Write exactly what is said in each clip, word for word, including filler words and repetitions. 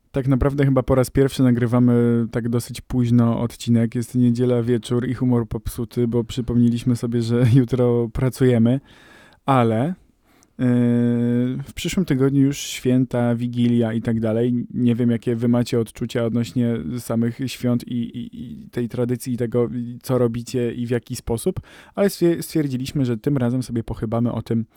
Tak naprawdę chyba po raz pierwszy nagrywamy tak dosyć późno odcinek. Jest niedziela wieczór i humor popsuty, bo przypomnieliśmy sobie, że jutro pracujemy, ale yy, w przyszłym tygodniu już święta, Wigilia i tak dalej. Nie wiem, jakie wy macie odczucia odnośnie samych świąt i, i, i tej tradycji, i tego, co robicie i w jaki sposób, ale stwier- stwierdziliśmy, że tym razem sobie pochybamy o tym,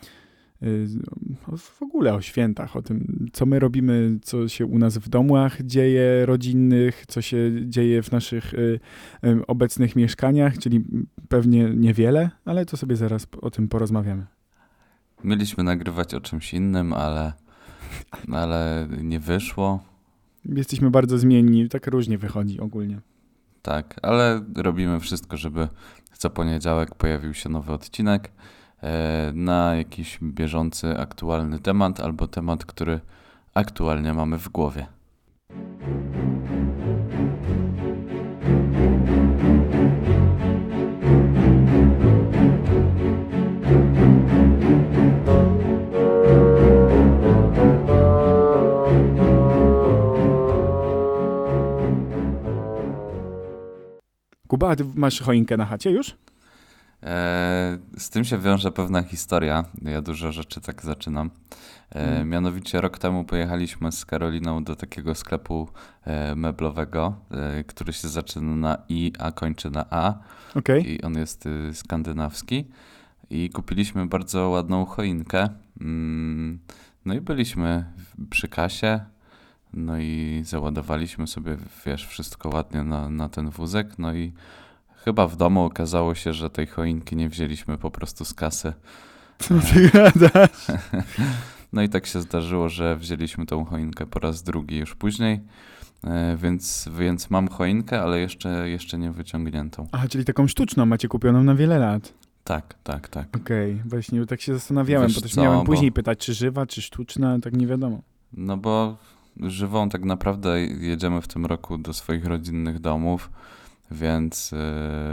w ogóle o świętach, o tym, co my robimy, co się u nas w domach dzieje rodzinnych, co się dzieje w naszych y, y, obecnych mieszkaniach, czyli pewnie niewiele, ale to sobie zaraz o tym porozmawiamy. Mieliśmy nagrywać o czymś innym, ale, ale nie wyszło. Jesteśmy bardzo zmienni, tak różnie wychodzi ogólnie. Tak, ale robimy wszystko, żeby co poniedziałek pojawił się nowy odcinek na jakiś bieżący, aktualny temat albo temat, który aktualnie mamy w głowie. Kuba, a ty masz choinkę na chacie już? Z tym się wiąże pewna historia. Ja dużo rzeczy tak zaczynam. Hmm. Mianowicie rok temu pojechaliśmy z Karoliną do takiego sklepu meblowego, który się zaczyna na I, a kończy na A. Okay. I on jest skandynawski. I kupiliśmy bardzo ładną choinkę. No i byliśmy przy kasie. No i załadowaliśmy sobie, wiesz, wszystko ładnie na, na ten wózek. No i chyba w domu okazało się, że tej choinki nie wzięliśmy po prostu z kasy. Co ty gadasz? No i tak się zdarzyło, że wzięliśmy tą choinkę po raz drugi już później, więc, więc mam choinkę, ale jeszcze, jeszcze nie wyciągniętą. Aha, czyli taką sztuczną macie kupioną na wiele lat. Tak, tak, tak. Okej, okay, właśnie tak się zastanawiałem, Wiesz bo też co, miałem później bo... pytać, czy żywa, czy sztuczna, tak nie wiadomo. No bo żywą tak naprawdę jedziemy w tym roku do swoich rodzinnych domów, więc yy,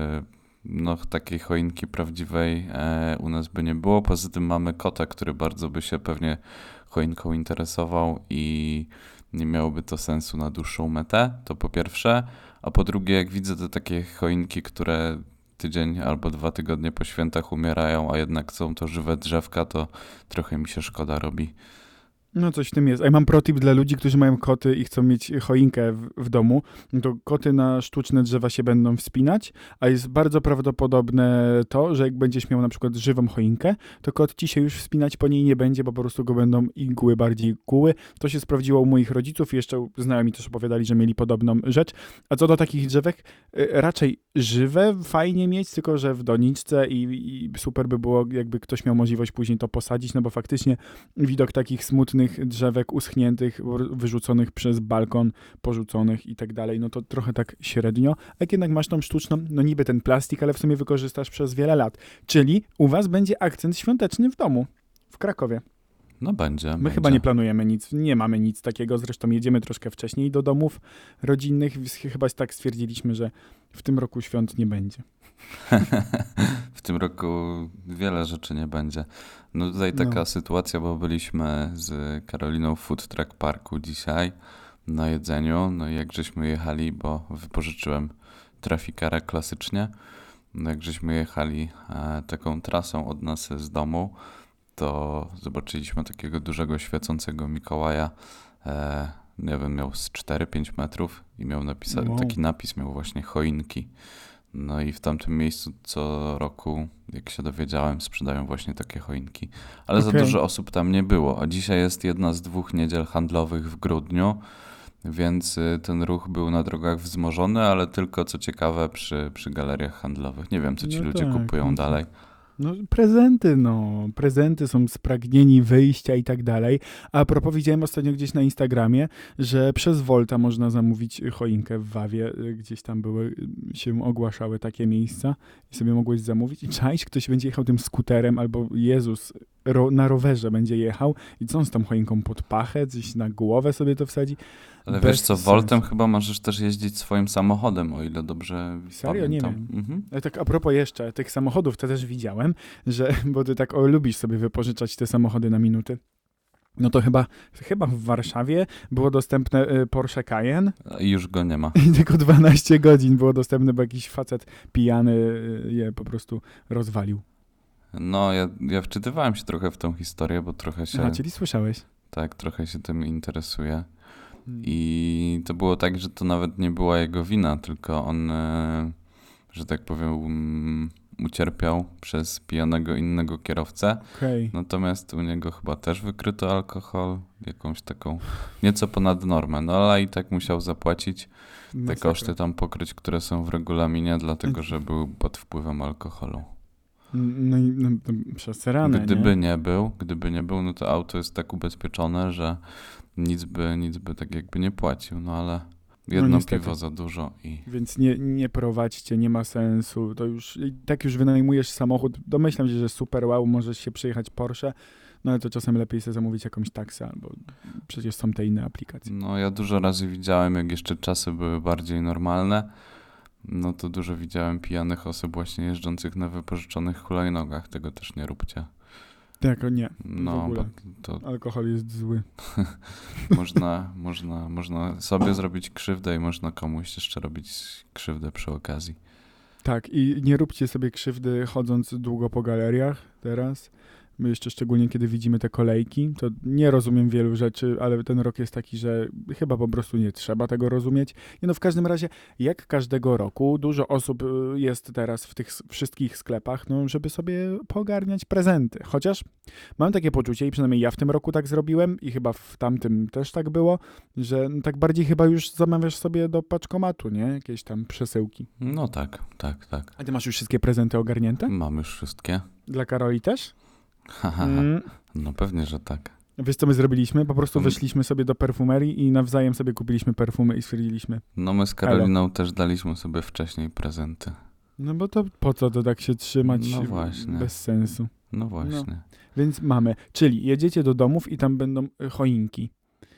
no takiej choinki prawdziwej e, u nas by nie było. Poza tym mamy kota, który bardzo by się pewnie choinką interesował i nie miałoby to sensu na dłuższą metę, to po pierwsze. A po drugie, jak widzę te takie choinki, które tydzień albo dwa tygodnie po świętach umierają, a jednak są to żywe drzewka, to trochę mi się szkoda robi. No coś w tym jest. A ja mam protip dla ludzi, którzy mają koty i chcą mieć choinkę w, w domu. No to koty na sztuczne drzewa się będą wspinać, a jest bardzo prawdopodobne to, że jak będziesz miał na przykład żywą choinkę, to kot ci się już wspinać po niej nie będzie, bo po prostu go będą igły bardziej kuły. To się sprawdziło u moich rodziców i jeszcze znajomi też opowiadali, że mieli podobną rzecz. A co do takich drzewek, raczej żywe fajnie mieć, tylko że w doniczce i, i super by było, jakby ktoś miał możliwość później to posadzić, no bo faktycznie widok takich smutnych drzewek uschniętych, wyrzuconych przez balkon, porzuconych i tak dalej, no to trochę tak średnio. Jak jednak masz tą sztuczną, no niby ten plastik, ale w sumie wykorzystasz przez wiele lat. Czyli u was będzie akcent świąteczny w domu, w Krakowie. No będzie. My będzie. chyba nie planujemy nic, nie mamy nic takiego, zresztą jedziemy troszkę wcześniej do domów rodzinnych, chyba tak stwierdziliśmy, że w tym roku świąt nie będzie. W tym roku wiele rzeczy nie będzie. No tutaj taka no. sytuacja, bo byliśmy z Karoliną w Food Truck Parku dzisiaj na jedzeniu, no i jak żeśmy jechali, bo wypożyczyłem trafikera klasycznie, no jak żeśmy jechali e, taką trasą od nas z domu, to zobaczyliśmy takiego dużego świecącego Mikołaja, e, nie wiem, miał z cztery pięć metrów i miał napisa- wow. taki napis, miał właśnie choinki. No i w tamtym miejscu co roku, jak się dowiedziałem, sprzedają właśnie takie choinki. Ale okay. za dużo osób tam nie było. A dzisiaj jest jedna z dwóch niedziel handlowych w grudniu, więc ten ruch był na drogach wzmożony, ale tylko co ciekawe przy, przy galeriach handlowych. Nie wiem, co ci no ludzie tak, kupują no dalej. No prezenty, no. Prezenty, są spragnieni wyjścia i tak dalej. A propos, widziałem ostatnio gdzieś na Instagramie, że przez Volta można zamówić choinkę w Wawie. Gdzieś tam były, się ogłaszały takie miejsca i sobie mogłeś zamówić. I czaić, ktoś będzie jechał tym skuterem albo Jezus ro, na rowerze będzie jechał i co on z tą choinką pod pachę, gdzieś na głowę sobie to wsadzi. Ale bez wiesz co, Voltem chyba możesz też jeździć swoim samochodem, o ile dobrze Serio? pamiętam. Nie wiem. Mhm. Ale tak a propos jeszcze tych samochodów, to też widziałem, że, bo ty tak o, lubisz sobie wypożyczać te samochody na minuty. No to chyba, chyba w Warszawie było dostępne y, Porsche Cayenne I już go nie ma. i tylko dwanaście godzin było dostępne, bo jakiś facet pijany y, je po prostu rozwalił. No, ja, ja wczytywałem się trochę w tą historię, bo trochę się, Aha, czyli słyszałeś. tak, trochę się tym interesuję. Hmm. I to było tak, że to nawet nie była jego wina, tylko on, e, że tak powiem, um, ucierpiał przez pijanego innego kierowcę. Okej. Natomiast u niego chyba też wykryto alkohol, jakąś taką nieco ponad normę, no ale i tak musiał zapłacić te Masakra. koszty tam pokryć, które są w regulaminie, dlatego że był pod wpływem alkoholu. No i no, no, przesrane, Gdyby nie? nie był, gdyby nie był, no to auto jest tak ubezpieczone, że nic by, nic by tak jakby nie płacił, no ale jedno niestety. piwo za dużo i Więc nie, nie prowadźcie, nie ma sensu. To już, i tak już wynajmujesz samochód. Domyślam się, że super, wow, możesz się przyjechać Porsche, no ale to czasem lepiej sobie zamówić jakąś taksę, albo przecież są te inne aplikacje. no ja dużo razy widziałem, jak jeszcze czasy były bardziej normalne, no to dużo widziałem pijanych osób właśnie jeżdżących na wypożyczonych hulajnogach, tego też nie róbcie. Tak, o nie. w No, ogóle. bo to Alkohol jest zły. można, można, można sobie zrobić krzywdę i można komuś jeszcze robić krzywdę przy okazji. Tak, i nie róbcie sobie krzywdy chodząc długo po galeriach teraz. My jeszcze szczególnie, kiedy widzimy te kolejki, to nie rozumiem wielu rzeczy, ale ten rok jest taki, że chyba po prostu nie trzeba tego rozumieć. I no w każdym razie, jak każdego roku, dużo osób y, jest teraz w tych s- wszystkich sklepach, no żeby sobie poogarniać prezenty. Chociaż mam takie poczucie, i przynajmniej ja w tym roku tak zrobiłem i chyba w tamtym też tak było, że no tak bardziej chyba już zamawiasz sobie do paczkomatu, nie? Jakieś tam przesyłki. No tak, tak, tak. A ty masz już wszystkie prezenty ogarnięte? Mam już wszystkie. Dla Karoli też? Haha, Mm. no pewnie, że tak. Wiesz, co my zrobiliśmy? Po prostu Mm. weszliśmy sobie do perfumerii i nawzajem sobie kupiliśmy perfumy i stwierdziliśmy, No my z Karoliną też daliśmy sobie wcześniej prezenty. no bo to po co to tak się trzymać No y, właśnie. bez sensu. No właśnie. Więc mamy, czyli jedziecie do domów i tam będą y, choinki.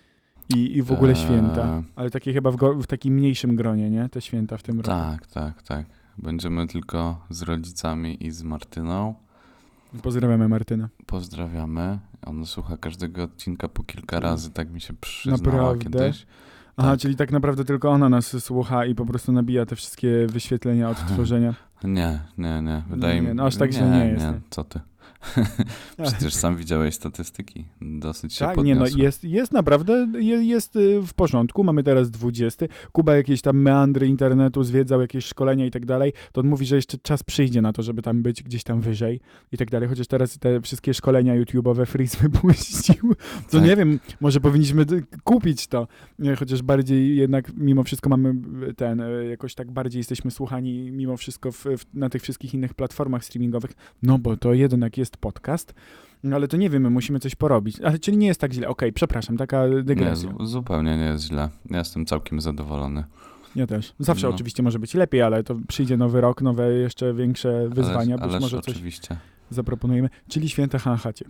I, i w ogóle Eee. święta. Ale takie chyba w, go, w takim mniejszym gronie, nie? Te święta w tym roku. Tak, tak, tak. Będziemy tylko z rodzicami i z Martyną. Pozdrawiamy Martynę. Pozdrawiamy. Ona słucha każdego odcinka po kilka razy, tak mi się przyznała Naprawdę? kiedyś. Aha, Tak. czyli tak naprawdę tylko ona nas słucha i po prostu nabija te wszystkie wyświetlenia, odtworzenia. Nie, nie, nie. Wydaje Nie, mi no aż tak źle nie jest, nie. Co ty? Przecież sam widziałeś statystyki. Dosyć się Tak, nie, no podniosły. jest, jest naprawdę, je- jest y, w porządku, mamy teraz dwudziesty. Kuba jakieś tam meandry internetu zwiedzał, jakieś szkolenia i tak dalej, to on mówi, że jeszcze czas przyjdzie na to, żeby tam być gdzieś tam wyżej i tak dalej, chociaż teraz te wszystkie szkolenia YouTube'owe Freeze wypuścił, to Tak. nie wiem, może powinniśmy d- kupić to, nie, chociaż bardziej jednak mimo wszystko mamy y, ten, y, jakoś tak bardziej jesteśmy słuchani mimo wszystko w, w, na tych wszystkich innych platformach streamingowych, no bo to jednak jest podcast. No ale to nie wiemy, musimy coś porobić. Ale czyli nie jest tak źle. Okej, przepraszam, taka Nie, dygresja. zu- zupełnie nie jest źle. Ja jestem całkiem zadowolony. Ja też. Zawsze No. oczywiście może być lepiej, ale to przyjdzie nowy rok, nowe jeszcze większe wyzwania, Ależ, być ależ może coś oczywiście. zaproponujemy. Czyli święta Hanchacie.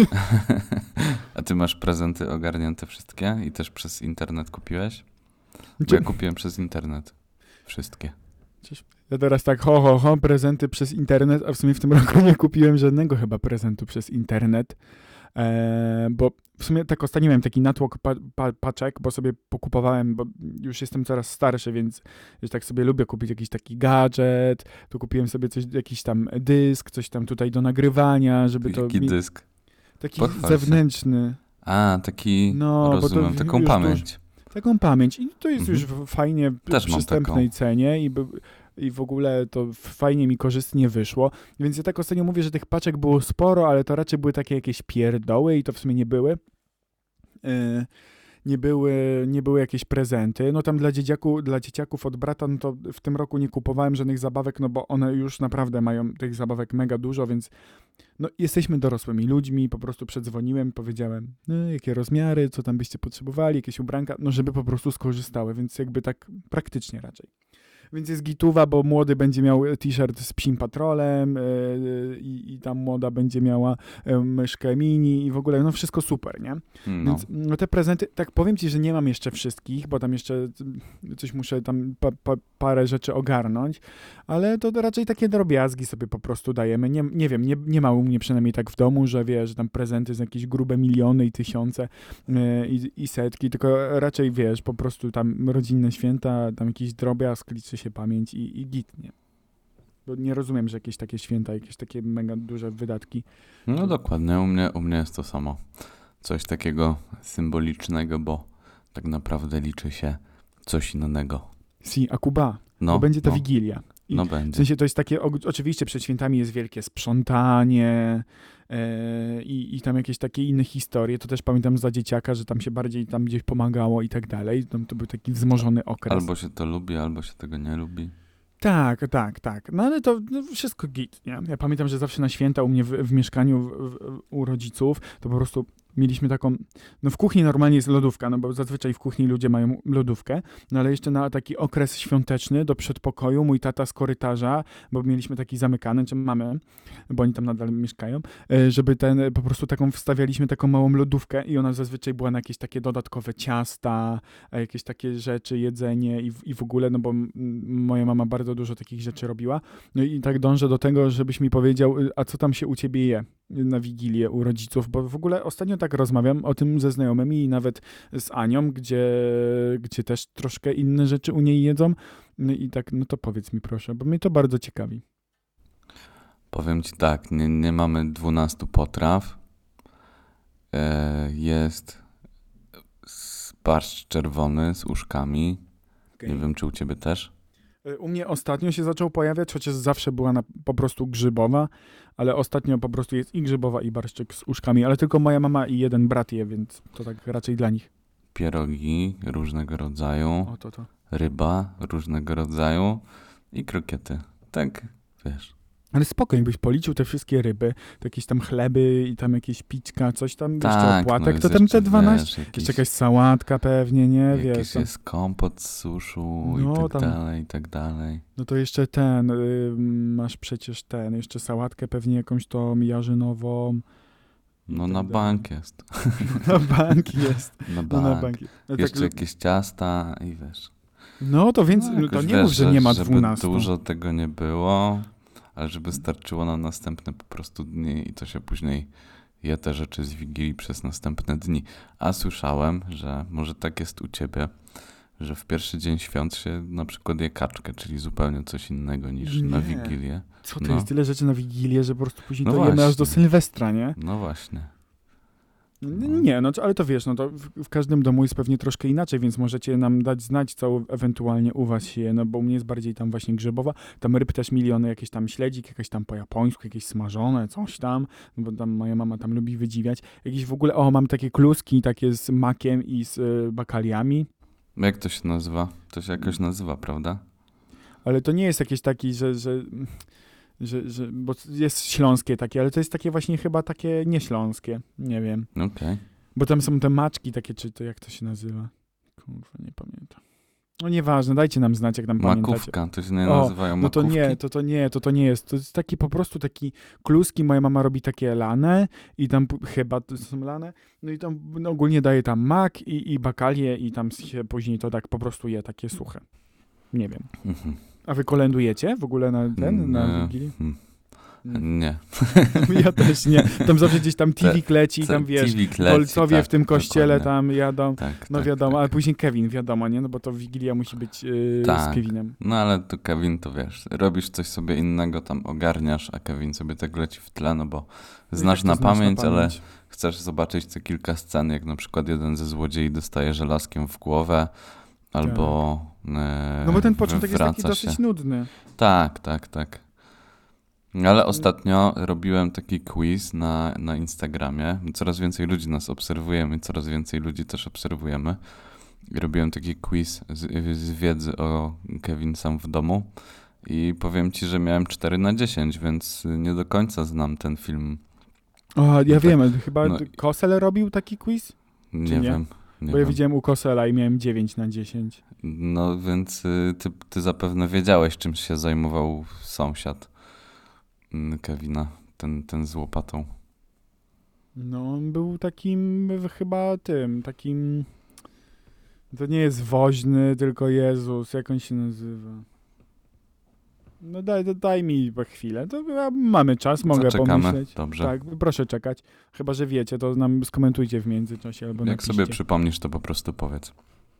A ty masz prezenty ogarnięte wszystkie i też przez internet kupiłeś? Bo Czy- ja kupiłem przez internet. Wszystkie. Ja teraz tak, ho, ho, ho, prezenty przez internet, a w sumie w tym roku nie kupiłem żadnego chyba prezentu przez internet, e, bo w sumie tak ostatnio miałem taki natłok pa, pa, paczek, bo sobie pokupowałem, bo już jestem coraz starszy, więc już tak sobie lubię kupić jakiś taki gadżet, tu kupiłem sobie coś, jakiś tam dysk, coś tam tutaj do nagrywania, żeby to... Jaki mi- dysk? Taki Pochwal się. zewnętrzny, A, taki, No, bo to rozumiem, w- taką już pamięć. taką pamięć i to jest Mhm. już w- fajnie w Też mam przystępnej taką. cenie i, by, i w ogóle to fajnie mi korzystnie wyszło, więc ja tak ostatnio mówię, że tych paczek było sporo, ale to raczej były takie jakieś pierdoły i to w sumie nie były. Yy, nie były, nie były jakieś prezenty. No tam dla, dzieciaku, dla dzieciaków od brata, no to w tym roku nie kupowałem żadnych zabawek, no bo one już naprawdę mają tych zabawek mega dużo, więc no jesteśmy dorosłymi ludźmi, po prostu przedzwoniłem, powiedziałem, no, jakie rozmiary, co tam byście potrzebowali, jakieś ubranka, no żeby po prostu skorzystały, więc jakby tak praktycznie raczej. Więc jest gituwa, bo młody będzie miał t-shirt z Psim Patrolem yy, i, i tam młoda będzie miała yy, myszkę mini i w ogóle, no wszystko super, nie? No. Więc no, te prezenty, tak powiem ci, że nie mam jeszcze wszystkich, bo tam jeszcze coś muszę tam pa, pa, parę rzeczy ogarnąć, ale to raczej takie drobiazgi sobie po prostu dajemy. Nie, nie wiem, nie, nie ma u mnie przynajmniej tak w domu, że wiesz, że tam prezenty z jakieś grube miliony i tysiące yy, i, i setki, tylko raczej wiesz, po prostu tam rodzinne święta, tam jakiś drobiazg, liczy się pamięć i, i git, nie? Bo nie rozumiem, że jakieś takie święta, jakieś takie mega duże wydatki. No dokładnie, u mnie, u mnie jest to samo. Coś takiego symbolicznego, bo tak naprawdę liczy się coś innego. Si, a Kuba, No, to będzie ta no, Wigilia. I no w będzie. sensie to jest takie, o- oczywiście przed świętami jest wielkie sprzątanie e, i, i tam jakieś takie inne historie. To też pamiętam za dzieciaka, że tam się bardziej tam gdzieś pomagało i tak dalej. Tam to był taki wzmożony okres. Albo się to lubi, albo się tego nie lubi. Tak, tak, tak. No ale to no, wszystko git, nie? Ja pamiętam, że zawsze na święta u mnie w, w mieszkaniu w, w, u rodziców to po prostu mieliśmy taką, no w kuchni normalnie jest lodówka, no bo zazwyczaj w kuchni ludzie mają lodówkę, no ale jeszcze na taki okres świąteczny do przedpokoju mój tata z korytarza, bo mieliśmy taki zamykany, czy mamy, bo oni tam nadal mieszkają, e, żeby ten, po prostu taką wstawialiśmy taką małą lodówkę i ona zazwyczaj była na jakieś takie dodatkowe ciasta, a jakieś takie rzeczy, jedzenie i, w- i w ogóle, no bo m, moja mama bardzo dużo takich rzeczy robiła. No i tak dążę do tego, żebyś mi powiedział, y, a co tam się u ciebie je na Wigilię u rodziców, bo w ogóle ostatnio tak rozmawiam o tym ze znajomymi i nawet z Anią, gdzie, gdzie też troszkę inne rzeczy u niej jedzą. No i tak, no to powiedz mi proszę, bo mnie to bardzo ciekawi. Powiem ci tak, nie, nie mamy dwunastu potraw. E, jest s- barszcz czerwony z uszkami. Nie wiem, czy u ciebie też? Y, U mnie ostatnio się zaczął pojawiać, chociaż zawsze była na, po prostu grzybowa, ale ostatnio po prostu jest i grzybowa, i barszczyk z uszkami, ale tylko moja mama i jeden brat je, więc to tak raczej dla nich. Pierogi różnego rodzaju, O, to to. ryba różnego rodzaju i krokiety. Tak, wiesz. Ale spoko, jakbyś policzył te wszystkie ryby, to jakieś tam chleby i tam jakieś pićka, coś tam, jeszcze Tak, opłatek, no to jest tam jeszcze, te dwanaście, wiesz, jakiś, jeszcze jakaś sałatka pewnie, nie, wiesz, jakiś tam, jest kompot z suszu No, i tak tam- dalej, i tak dalej. no to jeszcze ten, y, masz przecież ten, jeszcze sałatkę pewnie jakąś tą jarzynową. i No tak na dalej. bank jest. Na bank jest, Na no bank. na bank jest. No, tak, Jeszcze jakieś ciasta i wiesz. no to więc, No, no, to jakoś nie wiesz, mów, że nie ma żeby dwunastu. dużo tego nie było, ale żeby starczyło na następne po prostu dni i to się później je te rzeczy z Wigilii przez następne dni. A słyszałem, że może tak jest u ciebie, że w pierwszy dzień świąt się na przykład je kaczkę, czyli zupełnie coś innego niż na Nie. Wigilię. Co to No. jest tyle rzeczy na Wigilię, że po prostu później No to jemy aż do właśnie. Sylwestra, nie? No właśnie. N- Nie, no to- ale to wiesz, no to w, w każdym domu jest pewnie troszkę inaczej, więc możecie nam dać znać, co ewentualnie u was się je, no bo u mnie jest bardziej tam właśnie grzybowa, tam ryb też miliony, jakieś tam śledzik, jakieś tam po japońsku, jakieś smażone, coś tam, no bo tam moja mama tam lubi wydziwiać. Jakieś w ogóle, o, mam takie kluski takie z makiem i z y, bakaliami, Jak to się nazywa? To się jakoś nazywa, prawda? ale to nie jest jakieś taki, że... że Że, że, bo jest śląskie takie, ale to jest takie właśnie chyba takie nieśląskie, nie wiem. Okej. Bo tam są te maczki takie, czy to jak to się nazywa? Kurwa, nie pamiętam. No nieważne, dajcie nam znać, jak nam pamiętacie. Makówka, to się nie O, nazywają No to makówki? nie, to to nie, to to nie jest. To jest taki po prostu taki kluski, moja mama robi takie lane i tam p- chyba to są lane, no i tam no, ogólnie daje tam mak i, i bakalie i tam się później to tak po prostu je takie suche. Nie wiem. Mhm. A wy kolędujecie w ogóle na ten, na Nie. Wigilię? Hmm. Mm. Nie. Ja też nie. Tam zawsze gdzieś tam T V kleci, tam wiesz, T V kleci, Golcowie tak, w tym kościele dokładnie. tam jadą. Tak, No tak, wiadomo, tak. ale później Kevin, wiadomo, nie? No bo to Wigilia musi być yy, Tak. z Kevinem. No ale to Kevin, to wiesz, robisz coś sobie innego, tam ogarniasz, a Kevin sobie tak leci w tle, no bo No i znasz tak to na znasz pamięć, ale pamięć. chcesz zobaczyć te kilka scen, jak na przykład jeden ze złodziei dostaje żelazkiem w głowę, albo e, No bo ten początek jest wywraca taki dosyć się. nudny. Tak, tak, tak. Ale ostatnio robiłem taki quiz na, na Instagramie. Coraz więcej ludzi nas obserwujemy, coraz więcej ludzi też obserwujemy. I robiłem taki quiz z, z wiedzy o Kevin Sam w domu. I powiem ci, że miałem cztery na dziesięć, więc nie do końca znam ten film. O, ja tak, wiem, chyba no- Kosel robił taki quiz? Nie, Czy nie? wiem. Nie Bo ja wiem. widziałem u Kosela i miałem dziewięć na dziesięć. No więc y, ty, ty zapewne wiedziałeś, czym się zajmował sąsiad mm, Kevina, ten, ten z łopatą. No, on był takim w- chyba tym, takim... To nie jest woźny, tylko Jezus. Jak on się nazywa? No daj, daj, daj mi chwilę. To ja- mamy czas, mogę Zaczekamy. pomyśleć. Dobrze. Tak, proszę czekać. Chyba, że wiecie, to nam skomentujcie w międzyczasie albo Jak napiszcie. sobie przypomnisz, to po prostu powiedz.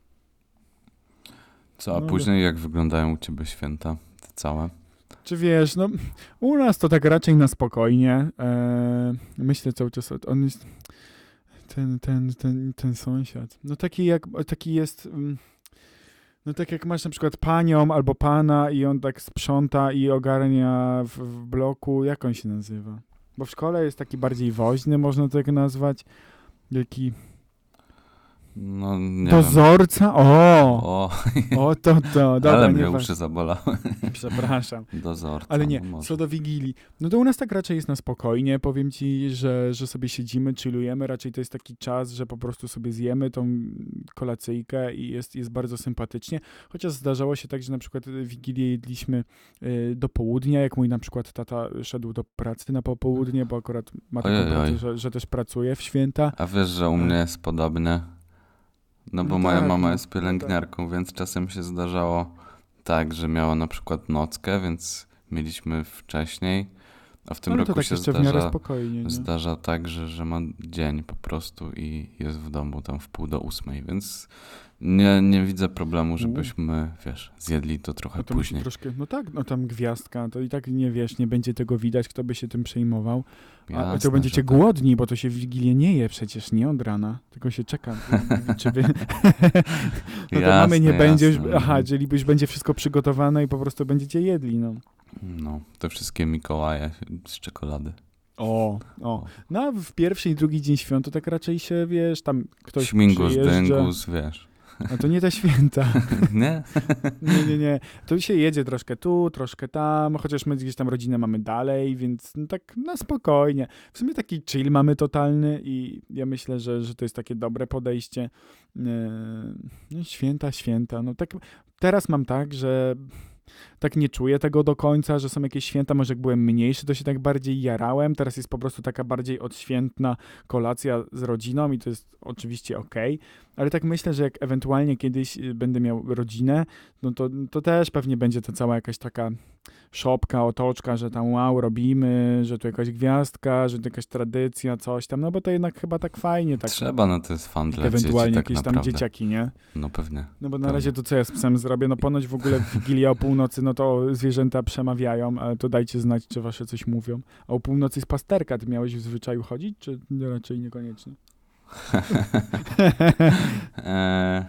Co, a No później jak wyglądają u ciebie święta? Te całe? Czy wiesz, no u nas to tak raczej na spokojnie. Eee, myślę cały czas, o- on jest ten, ten, ten, ten sąsiad. No taki jak, taki jest, mm, no tak jak masz na przykład panią albo pana i on tak sprząta i ogarnia w, w bloku, jak on się nazywa? Bo w szkole jest taki bardziej woźny, można to tak nazwać. Jaki No nie wiem. dozorca? O! O, O, to, to, dobra, ale nie mnie wa- uszy zabolały. Przepraszam. Dozorca. Ale nie, no może. co do Wigilii, no to u nas tak raczej jest na spokojnie, powiem ci, że, że sobie siedzimy, chillujemy, raczej to jest taki czas, że po prostu sobie zjemy tą kolacyjkę i jest, jest bardzo sympatycznie, chociaż zdarzało się tak, że na przykład Wigilię jedliśmy y, do południa, jak mój na przykład tata szedł do pracy na popołudnie, bo akurat ma taką Ojej, pracę, oj. że, że też pracuje w święta. A wiesz, że u mnie jest podobnie? No bo No moja tak, mama no, jest pielęgniarką, więc czasem się zdarzało tak, że miała na przykład nockę, więc mieliśmy wcześniej, a w tym No roku to tak się jeszcze w miarę zdarza, spokojnie, nie? zdarza tak, że, że ma dzień po prostu i jest w domu tam w pół do ósmej, więc nie, nie widzę problemu, żebyśmy, wiesz, zjedli to trochę No to musi później. troszkę, no tak, no tam gwiazdka, to i tak nie wiesz, nie będzie tego widać, kto by się tym przejmował. A, a to Jasne, będziecie że tak. głodni, bo to się w Wigilię nie je przecież, nie od rana, tylko się czeka. Czy wy... no to mamy nie Jasne, będzie już, jasne. aha, czyli już będzie wszystko przygotowane i po prostu będziecie jedli, no. No, te wszystkie Mikołaje z czekolady. O, o. No a w pierwszy i drugi dzień świąt to tak raczej się, wiesz, tam ktoś Śmigus, przyjeżdża. dyngus, wiesz. A to nie te święta. Nie? Nie, nie, nie. To się jedzie troszkę tu, troszkę tam, chociaż my gdzieś tam rodzinę mamy dalej, więc no tak na spokojnie. W sumie taki chill mamy totalny i ja myślę, że, że to jest takie dobre podejście. Eee, No święta, święta. No tak teraz mam tak, że tak nie czuję tego do końca, że są jakieś święta, może jak byłem mniejszy, to się tak bardziej jarałem, teraz jest po prostu taka bardziej odświętna kolacja z rodziną i to jest oczywiście okej, ale tak myślę, że jak ewentualnie kiedyś y, będę miał rodzinę, no to, to też pewnie będzie to cała jakaś taka szopka, otoczka, że tam wow, robimy, że tu jakaś gwiazdka, że tu jakaś tradycja, coś tam, no bo to jednak chyba tak fajnie, tak Trzeba, no to jest fan dla ewentualnie dzieci tak jakieś tam naprawdę. dzieciaki, nie? No pewnie. No bo na Pewnie. razie to co ja z psem zrobię? No ponoć w ogóle w Wigilię o północy, no to zwierzęta przemawiają, ale to dajcie znać, czy wasze coś mówią. A o północy jest pasterka, ty miałeś w zwyczaju chodzić, czy raczej niekoniecznie? e,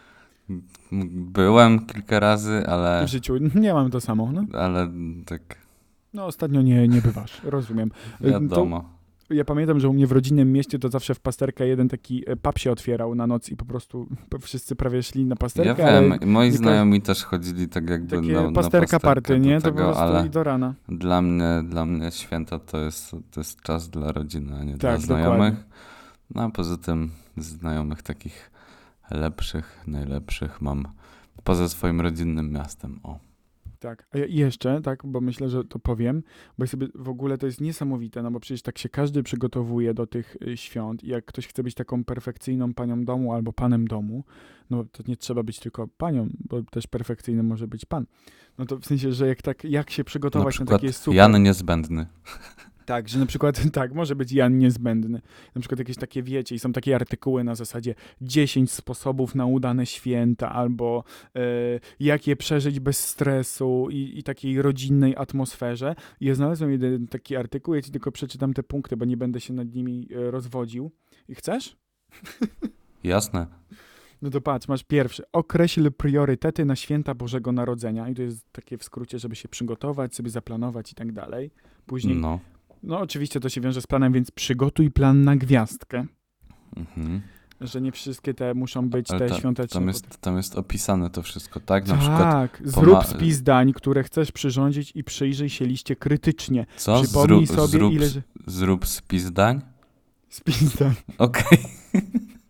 byłem kilka razy, ale, W życiu nie mam to samo, no. ale tak No ostatnio nie, nie bywasz, rozumiem. Y, wiadomo. To ja pamiętam, że u mnie w rodzinnym mieście to zawsze w pasterkę jeden taki e, pub się otwierał na noc i po prostu wszyscy prawie szli na Ja pasterkę, wiem, ale moi nie znajomi też chodzili tak jakby takie na, na pasterka party, nie? do To po tego, prostu ale i do rana. dla mnie, dla mnie święta to jest, to jest czas dla rodziny, a nie dla Tak, znajomych. dokładnie. No a poza tym znajomych takich lepszych, najlepszych mam poza swoim rodzinnym miastem. O. Tak, a ja- i jeszcze, tak, bo myślę, że to powiem, bo ja sobie w ogóle to jest niesamowite, no bo przecież tak się każdy przygotowuje do tych y, świąt i jak ktoś chce być taką perfekcyjną panią domu albo panem domu, no to nie trzeba być tylko panią, bo też perfekcyjny może być pan. No to w sensie, że jak tak, jak się Na przygotować na, przykład takie jest super. Jan Niezbędny. Tak, że na przykład, tak, może być Jan niezbędny. Na przykład jakieś takie, wiecie, i są takie artykuły na zasadzie dziesięć sposobów na udane święta, albo e, jak je przeżyć bez stresu i, i takiej rodzinnej atmosferze. I ja znalazłem jeden taki artykuł, ja ci tylko przeczytam te punkty, bo nie będę się nad nimi e, rozwodził. I chcesz? Jasne. No to patrz, masz pierwszy. Określ priorytety na święta Bożego Narodzenia. I to jest takie w skrócie, żeby się przygotować, sobie zaplanować i tak dalej. Później No. No oczywiście to się wiąże z planem, więc przygotuj plan na gwiazdkę, Mhm. że nie wszystkie te muszą być Ale te ta- świąteczne. Tam jest, tam jest opisane to wszystko, tak? Na przykład, tak, poma- zrób spis dań, które chcesz przyrządzić i przyjrzyj się liście krytycznie. co? Przypomnij Zrób, sobie, zrób, ile... że- zrób spis dań? Spis dań. Okej.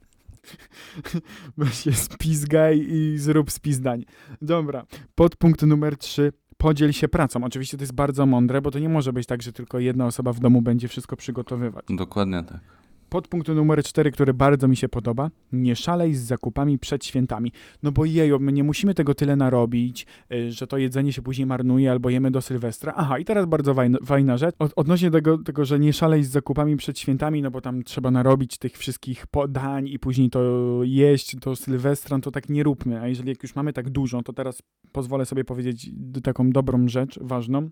Weź się spizgaj i zrób spizdań. Dobra, podpunkt numer trzy. Podziel się pracą. Oczywiście to jest bardzo mądre, bo to nie może być tak, że tylko jedna osoba w domu będzie wszystko przygotowywać. Dokładnie tak. Podpunkt numer cztery, który bardzo mi się podoba. Nie szalej z zakupami przed świętami. No bo jejo, my nie musimy tego tyle narobić, y, że to jedzenie się później marnuje albo jemy do Sylwestra. Aha, i teraz bardzo fajna, fajna rzecz. Od, odnośnie tego, tego, że nie szalej z zakupami przed świętami, no bo tam trzeba narobić tych wszystkich podań i później to jeść do Sylwestra, no to tak nie róbmy. A jeżeli jak już mamy tak dużo, to teraz pozwolę sobie powiedzieć taką dobrą rzecz, ważną,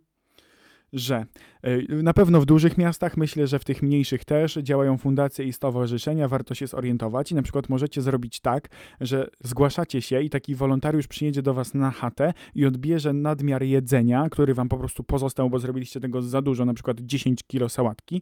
że y, na pewno w dużych miastach, myślę, że w tych mniejszych też działają fundacje i stowarzyszenia, warto się zorientować i na przykład możecie zrobić tak, że zgłaszacie się i taki wolontariusz przyjedzie do was na chatę i odbierze nadmiar jedzenia, który wam po prostu pozostał, bo zrobiliście tego za dużo, na przykład dziesięć kilo sałatki.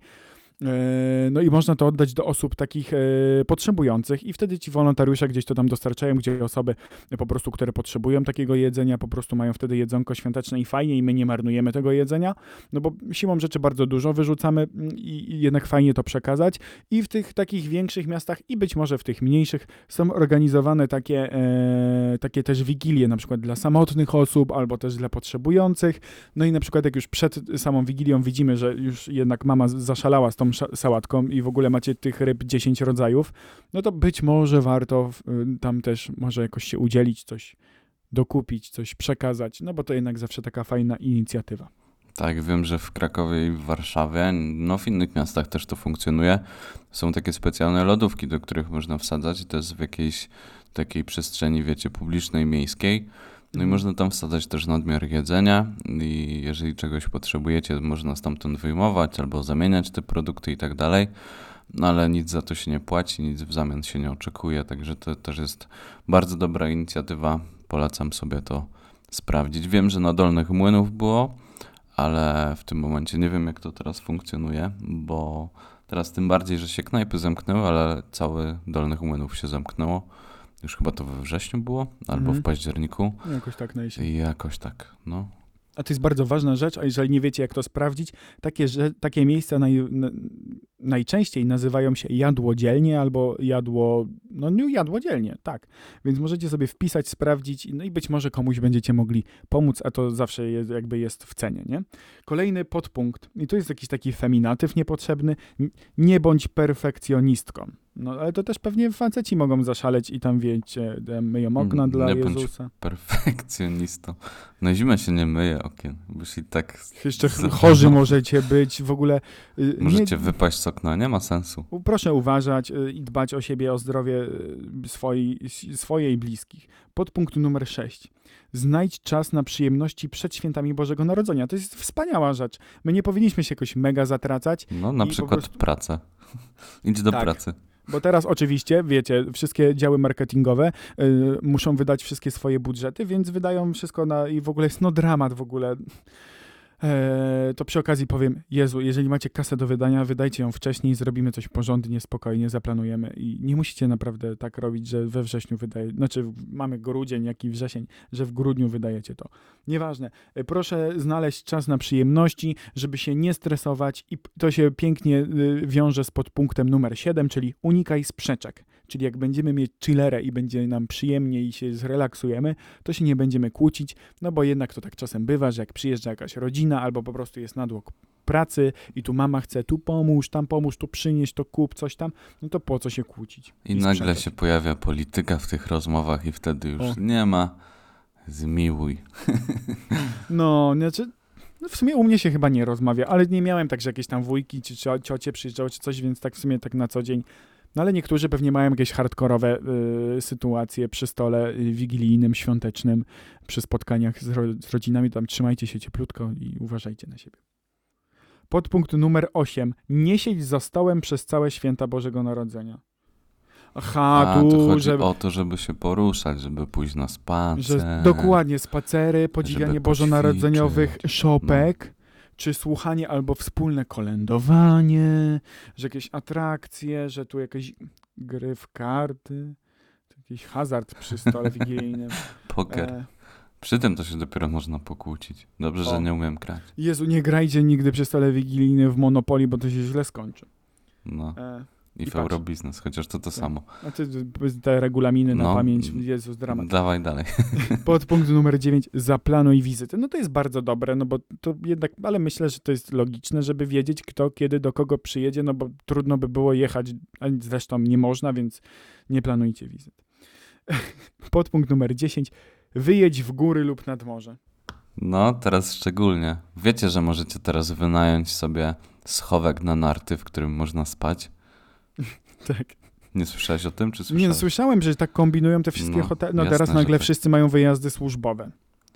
No i można to oddać do osób takich e, potrzebujących i wtedy ci wolontariusze gdzieś to tam dostarczają, gdzie osoby po prostu, które potrzebują takiego jedzenia, po prostu mają wtedy jedzonko świąteczne i fajnie i my nie marnujemy tego jedzenia, no bo siłą rzeczy bardzo dużo wyrzucamy i, i jednak fajnie to przekazać i w tych takich większych miastach i być może w tych mniejszych są organizowane takie, e, takie też wigilie, na przykład dla samotnych osób albo też dla potrzebujących, no i na przykład jak już przed samą wigilią widzimy, że już jednak mama zaszalała z tą sałatką i w ogóle macie tych ryb dziesięć rodzajów, no to być może warto y, tam też może jakoś się udzielić, coś dokupić, coś przekazać, no bo to jednak zawsze taka fajna inicjatywa. Tak, wiem, że w Krakowie i w Warszawie, no w innych miastach też to funkcjonuje. Są takie specjalne lodówki, do których można wsadzać i to jest w jakiejś takiej przestrzeni, wiecie, publicznej, miejskiej. No i można tam wsadzać też nadmiar jedzenia i jeżeli czegoś potrzebujecie, można stamtąd wyjmować albo zamieniać te produkty i tak dalej, no ale nic za to się nie płaci, nic w zamian się nie oczekuje, także to też jest bardzo dobra inicjatywa, polecam sobie to sprawdzić. Wiem, że na Dolnych Młynów było, ale w tym momencie nie wiem, jak to teraz funkcjonuje, bo teraz tym bardziej, że się knajpy zamknęły, ale cały Dolnych Młynów się zamknęło. Już chyba to we wrześniu było, albo Mhm. w październiku. Jakoś tak na jesień. I jakoś tak, no. A to jest bardzo ważna rzecz, a jeżeli nie wiecie, jak to sprawdzić, takie, że, takie miejsca naj, na, najczęściej nazywają się jadłodzielnie albo jadło, no nie jadłodzielnie, tak. Więc możecie sobie wpisać, sprawdzić, no i być może komuś będziecie mogli pomóc, a to zawsze jest, jakby jest w cenie, nie? Kolejny podpunkt, i tu jest jakiś taki feminatyw niepotrzebny, nie bądź perfekcjonistką. No ale to też pewnie faceci mogą zaszaleć i tam, wiecie, myją okna Mm, dla nie bądź Jezusa. Perfekcjonistą. Na zimę się nie myje okien, bo się i tak... Jeszcze z- chorzy możecie być, w ogóle... y, Możecie nie, wypaść z okna, nie ma sensu. Proszę uważać y, i dbać o siebie, o zdrowie y, swoi, s- swoje i bliskich. Podpunkt numer sześć. Znajdź czas na przyjemności przed świętami Bożego Narodzenia. To jest wspaniała rzecz. My nie powinniśmy się jakoś mega zatracać, No na I po przykład prostu- pracę. Idź do Tak. pracy. bo teraz oczywiście, wiecie, wszystkie działy marketingowe y, muszą wydać wszystkie swoje budżety, więc wydają wszystko na... i w ogóle jest no dramat w ogóle. E, to przy okazji powiem, Jezu, jeżeli macie kasę do wydania, wydajcie ją wcześniej, zrobimy coś porządnie, spokojnie, zaplanujemy i nie musicie naprawdę tak robić, że we wrześniu wydaje, znaczy mamy grudzień, jak i wrzesień, że w grudniu wydajecie to. Nieważne. E, proszę znaleźć czas na przyjemności, żeby się nie stresować i p- to się pięknie y, wiąże z podpunktem numer siedem, czyli unikaj sprzeczek. Czyli jak będziemy mieć chillerę i będzie nam przyjemnie i się zrelaksujemy, to się nie będziemy kłócić, no bo jednak to tak czasem bywa, że jak przyjeżdża jakaś rodzina albo po prostu jest natłok pracy i tu mama chce, tu pomóż, tam pomóż, tu przynieś, to kup, coś tam, no to po co się kłócić? I nagle sprzeczać? się pojawia polityka w tych rozmowach i wtedy już O. nie ma. Zmiłuj. No, znaczy, no w sumie u mnie się chyba nie rozmawia, ale nie miałem tak, że jakieś tam wujki czy cio- ciocie przyjeżdżały czy coś, więc tak w sumie tak na co dzień. No ale niektórzy pewnie mają jakieś hardkorowe y, sytuacje przy stole y, wigilijnym, świątecznym, przy spotkaniach z, ro- z rodzinami. Tam trzymajcie się cieplutko i uważajcie na siebie. Podpunkt numer osiem. Nie siedź za stołem przez całe święta Bożego Narodzenia. Aha, A, tu, to chodzi żeby, o to, żeby się poruszać, żeby pójść na spacer. że dokładnie spacery, podziwianie żeby bożonarodzeniowych poćwiczyć, szopek, czy słuchanie albo wspólne kolędowanie, że jakieś atrakcje, że tu jakieś gry w karty, czy jakiś hazard przy stole wigilijnym. Poker. E, Przy tym to się dopiero można pokłócić. Dobrze, O. że nie umiem grać. Jezu, nie grajcie nigdy przy stole wigilijnym w Monopoly, bo to się źle skończy. No. E, I I w patrz. Eurobiznes, chociaż to to Tak. samo. A ty, te regulaminy na No, pamięć, Jezus, dramat. Dawaj dalej. Podpunkt numer dziewięć, zaplanuj wizytę. No to jest bardzo dobre, no bo to jednak, ale myślę, że to jest logiczne, żeby wiedzieć, kto, kiedy, do kogo przyjedzie, no bo trudno by było jechać, a zresztą nie można, więc nie planujcie wizyt. Podpunkt numer dziesięć, wyjedź w góry lub nad morze. No, teraz szczególnie. Wiecie, że możecie teraz wynająć sobie schowek na narty, w którym można spać? Tak. Nie słyszałeś o tym, czy słyszałeś? Nie, no, słyszałem, że tak kombinują te wszystkie No, hotele. No jasne, teraz że nagle tak. wszyscy mają wyjazdy służbowe.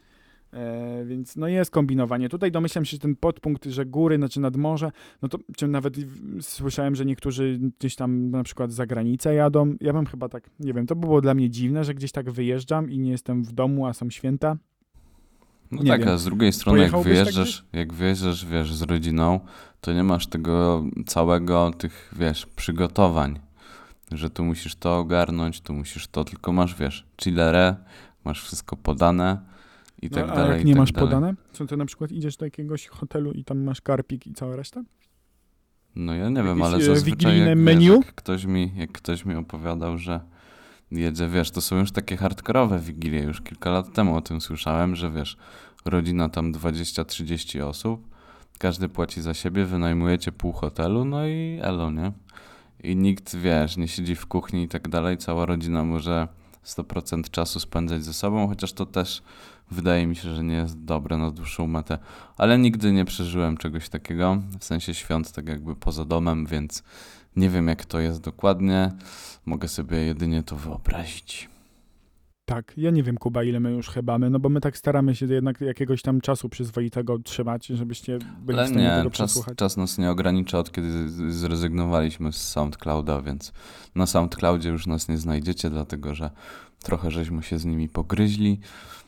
E, więc no jest kombinowanie. Tutaj domyślam się, że ten podpunkt, że góry, znaczy nad morze, no to czy nawet w- słyszałem, że niektórzy gdzieś tam na przykład za granicę jadą. Ja bym chyba tak, nie wiem, to by było dla mnie dziwne, że gdzieś tak wyjeżdżam i nie jestem w domu, a są święta. No Nie tak, wiem. a z drugiej strony jak Pojechałbyś tak wyjeżdżasz, jak wyjeżdżasz, wiesz, z rodziną, to nie masz tego całego tych, wiesz, przygotowań, że tu musisz to ogarnąć, tu musisz to, tylko masz, wiesz, chillerę, masz wszystko podane i tak No, a dalej, jak i nie tak masz dalej. podane? Co ty na przykład idziesz do jakiegoś hotelu i tam masz karpik i cała reszta? No ja nie wiem, Jakieś, ale e, zazwyczaj wigilijne jak, menu? wiesz, jak ktoś mi, jak ktoś mi opowiadał, że jedzie, wiesz, to są już takie hardkorowe wigilie, już kilka lat temu o tym słyszałem, że wiesz, rodzina tam dwadzieścia trzydzieści osób, każdy płaci za siebie, wynajmujecie pół hotelu, no i elo, nie? I nikt, wiesz, nie siedzi w kuchni i tak dalej, cała rodzina może sto procent czasu spędzać ze sobą, chociaż to też wydaje mi się, że nie jest dobre na dłuższą metę. Ale nigdy nie przeżyłem czegoś takiego, w sensie świąt tak jakby poza domem, więc nie wiem jak to jest dokładnie. Mogę sobie jedynie to wyobrazić. Tak, ja nie wiem, Kuba, ile my już chybamy, no bo my tak staramy się jednak jakiegoś tam czasu przyzwoitego trzymać, żebyście byli w Ale stanie nie, tego czas, przesłuchać. czas nas nie ogranicza od kiedy z- zrezygnowaliśmy z SoundClouda, więc na SoundCloudzie już nas nie znajdziecie, dlatego że trochę żeśmy się z nimi pogryźli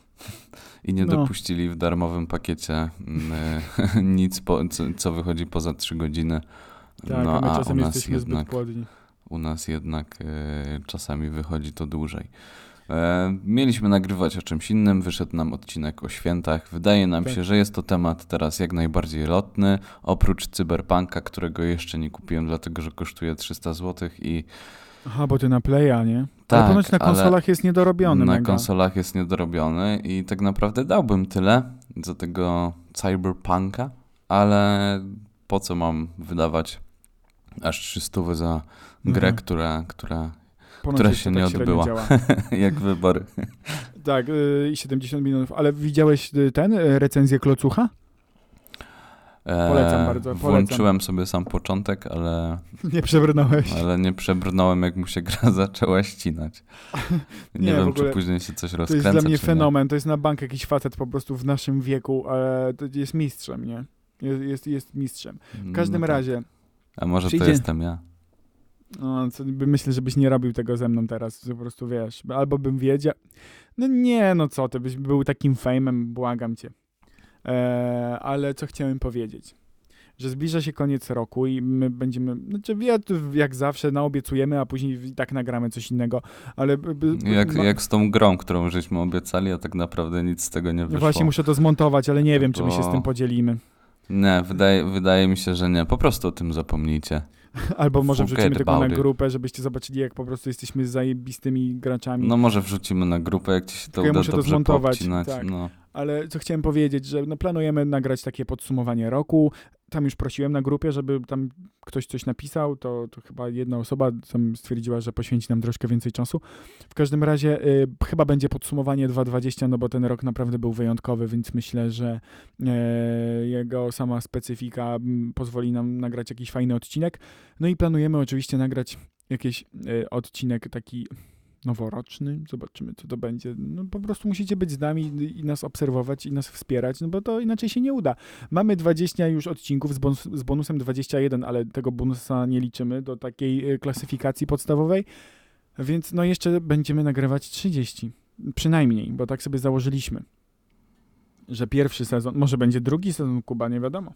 i nie No. dopuścili w darmowym pakiecie mm, nic, po, co, co wychodzi poza trzy godziny. Tak, No a my a u czasem nas jesteśmy jednak, zbyt płodni. u nas jednak e, czasami wychodzi to dłużej. E, mieliśmy nagrywać o czymś innym, wyszedł nam odcinek o świętach. Wydaje nam Tak. się, że jest to temat teraz jak najbardziej lotny, oprócz Cyberpunka, którego jeszcze nie kupiłem, dlatego że kosztuje trzysta złotych i Aha, bo ty na Playa, nie? Tak, ale ponoć na ale konsolach jest niedorobiony na mega. konsolach jest niedorobiony i tak naprawdę dałbym tyle za tego Cyberpunka, ale po co mam wydawać aż trzysta za grę, Mhm. która, która Ponoć która jeszcze się tak nie średnio odbyła. działa. jak wybory. Tak, y, i siedemdziesiąt milionów. Ale widziałeś y, ten, y, recenzję Klocucha? Polecam bardzo, polecam. Włączyłem sobie sam początek, ale, Nie przebrnąłeś. ale nie przebrnąłem, jak mu się gra zaczęła ścinać. Nie, Nie, w wiem, ogóle czy później się coś To rozkręca, jest dla mnie czy fenomen. To jest na bank jakiś facet po prostu w naszym wieku, ale to jest mistrzem, nie? Jest, jest, jest mistrzem. nie. W każdym No tak. razie, A może przyjdzie- to jestem ja. no, co, by- myślę, żebyś nie robił tego ze mną teraz, po prostu wiesz, albo bym wiedział. No nie, no co ty, byś był takim fejmem, błagam cię. E, ale co chciałem powiedzieć? Że zbliża się koniec roku i my będziemy, znaczy ja tu jak zawsze naobiecujemy, a później i tak nagramy coś innego, ale... b- b- Jak, ma- jak z tą grą, którą żeśmy obiecali, a tak naprawdę nic z tego nie wyszło. Właśnie muszę to zmontować, ale nie wiem, czy my się z Bo- tym podzielimy. Nie, wydaje, wydaje mi się, że nie. Po prostu o tym zapomnijcie. Albo może Forget wrzucimy tylko na about it. grupę, żebyście zobaczyli, jak po prostu jesteśmy zajebistymi graczami. No może wrzucimy na grupę, jak ci się to Tylko ja uda muszę to dobrze zmontować, poobcinać. tak. No. Ale co chciałem powiedzieć, że no planujemy nagrać takie podsumowanie roku. Tam już prosiłem na grupie, żeby tam ktoś coś napisał, to, to chyba jedna osoba tam stwierdziła, że poświęci nam troszkę więcej czasu. W każdym razie y, chyba będzie podsumowanie dwa tysiące dwudziesty, no bo ten rok naprawdę był wyjątkowy, więc myślę, że e, jego sama specyfika m, pozwoli nam nagrać jakiś fajny odcinek. No i planujemy oczywiście nagrać jakiś e, odcinek taki noworoczny, zobaczymy co to będzie. No po prostu musicie być z nami i nas obserwować i nas wspierać, no bo to inaczej się nie uda. Mamy dwadzieścia już odcinków z, bonus, z bonusem dwadzieścia jeden, ale tego bonusa nie liczymy do takiej y, klasyfikacji podstawowej, więc no jeszcze będziemy nagrywać trzydzieści. Przynajmniej, bo tak sobie założyliśmy, że pierwszy sezon, może będzie drugi sezon, Kuba, nie wiadomo.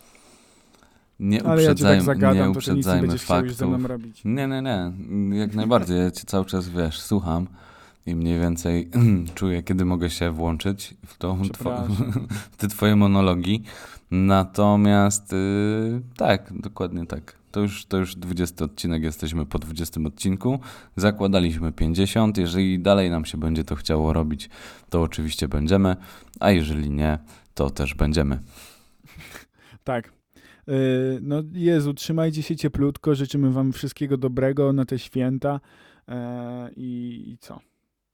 Nie Ale ja cię tak uprzedzajmy, zagadam, nie to ty nic nie uprzedzajmy będziesz chciał już ze faktów. mną robić. Nie, nie, nie. Jak najbardziej. Ja cię cały czas, wiesz, słucham. i mniej więcej czuję, kiedy mogę się włączyć w, tą, two, Przepraszam. w te twoje monologi. Natomiast yy, tak, dokładnie tak. To już, to już dwudziesty odcinek, jesteśmy po dwudziestym odcinku. Zakładaliśmy pięćdziesiąt. Jeżeli dalej nam się będzie to chciało robić, to oczywiście będziemy, a jeżeli nie, to też będziemy. Tak. Yy, No Jezu, trzymajcie się cieplutko, życzymy wam wszystkiego dobrego na te święta yy, i, i co?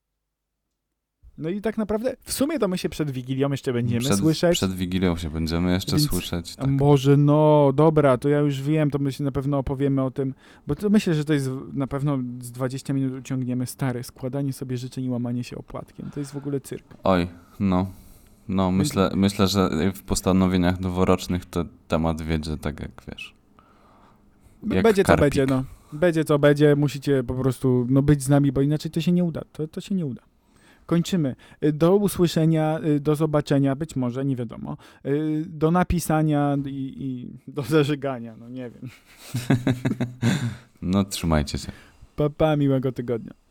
No i tak naprawdę, w sumie to my się przed Wigilią jeszcze będziemy przed, słyszeć. Przed Wigilią się będziemy jeszcze Więc- słyszeć. A Tak. może, no dobra, to ja już wiem, to my się na pewno opowiemy o tym, bo to myślę, że to jest na pewno z dwadzieścia minut uciągniemy stare, składanie sobie życzeń i łamanie się opłatkiem. To jest w ogóle cyrk. Oj, no. No, myślę, myślę, że w postanowieniach noworocznych to temat wiedzie tak jak wiesz. Jak będzie co karpik. będzie, no. Będzie co będzie, musicie po prostu no, być z nami, bo inaczej to się nie uda. To, to się nie uda. Kończymy. Y, Do usłyszenia, y, do zobaczenia, być może, nie wiadomo. Y, Do napisania i, i do zażygania, no nie wiem. No, trzymajcie się. Pa, pa, miłego tygodnia.